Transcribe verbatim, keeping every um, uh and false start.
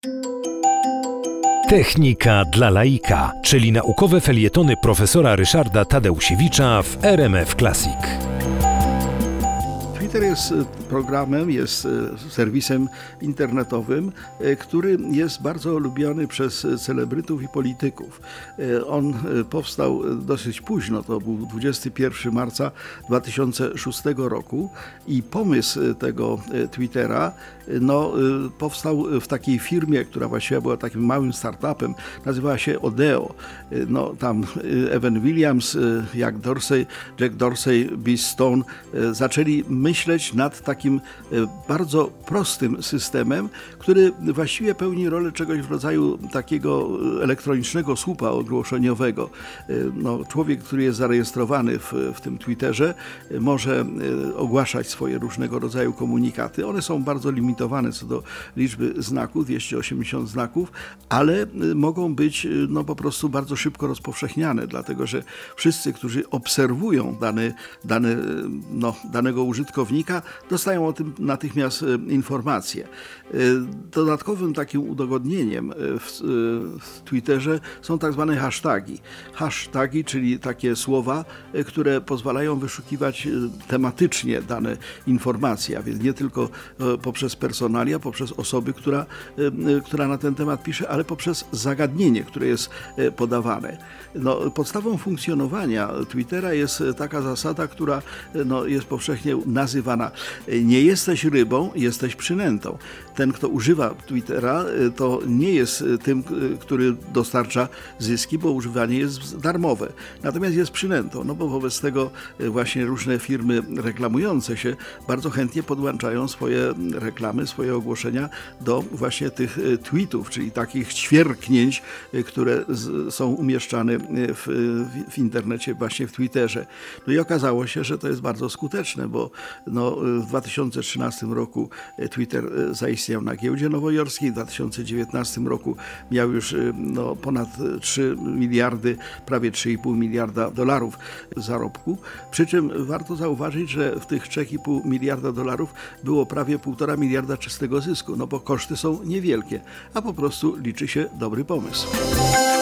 Technika dla laika, czyli naukowe felietony profesora Ryszarda Tadeusiewicza w R M F Classic. Twitter jest programem, jest serwisem internetowym, który jest bardzo lubiony przez celebrytów i polityków. On powstał dosyć późno, to był dwudziestego pierwszego marca dwa tysiące szóstego roku i pomysł tego Twittera no, powstał w takiej firmie, która właściwie była takim małym startupem, nazywała się Odeo. No, tam Evan Williams, Jack Dorsey, Jack Dorsey, Biz Stone zaczęli myśleć nad takim bardzo prostym systemem, który właściwie pełni rolę czegoś w rodzaju takiego elektronicznego słupa ogłoszeniowego. No, człowiek, który jest zarejestrowany w, w tym Twitterze, może ogłaszać swoje różnego rodzaju komunikaty. One są bardzo limitowane co do liczby znaków, dwieście osiemdziesiąt znaków, ale mogą być no, po prostu bardzo szybko rozpowszechniane, dlatego że wszyscy, którzy obserwują dany, dany, no, danego użytkownika, dostają o tym natychmiast informacje. Dodatkowym takim udogodnieniem w, w Twitterze są tak zwane hasztagi. Hasztagi, czyli takie słowa, które pozwalają wyszukiwać tematycznie dane informacje, a więc nie tylko poprzez personalia, poprzez osoby, która, która na ten temat pisze, ale poprzez zagadnienie, które jest podawane. No, podstawą funkcjonowania Twittera jest taka zasada, która no, jest powszechnie nazywana: nie jesteś rybą, jesteś przynętą. Ten, kto używa Twittera, to nie jest tym, który dostarcza zyski, bo używanie jest darmowe. Natomiast jest przynętą, no bo wobec tego właśnie różne firmy reklamujące się bardzo chętnie podłączają swoje reklamy, swoje ogłoszenia do właśnie tych tweetów, czyli takich ćwierknięć, które są umieszczane w, w internecie, właśnie w Twitterze. No i okazało się, że to jest bardzo skuteczne, bo no, w dwa tysiące trzynastym roku Twitter zaistniał na giełdzie nowojorskiej, w dwa tysiące dziewiętnastym roku miał już no, ponad trzy miliardy, prawie trzy i pół miliarda dolarów zarobku, przy czym warto zauważyć, że w tych trzy i pół miliarda dolarów było prawie półtora miliarda czystego zysku, no bo koszty są niewielkie, a po prostu liczy się dobry pomysł.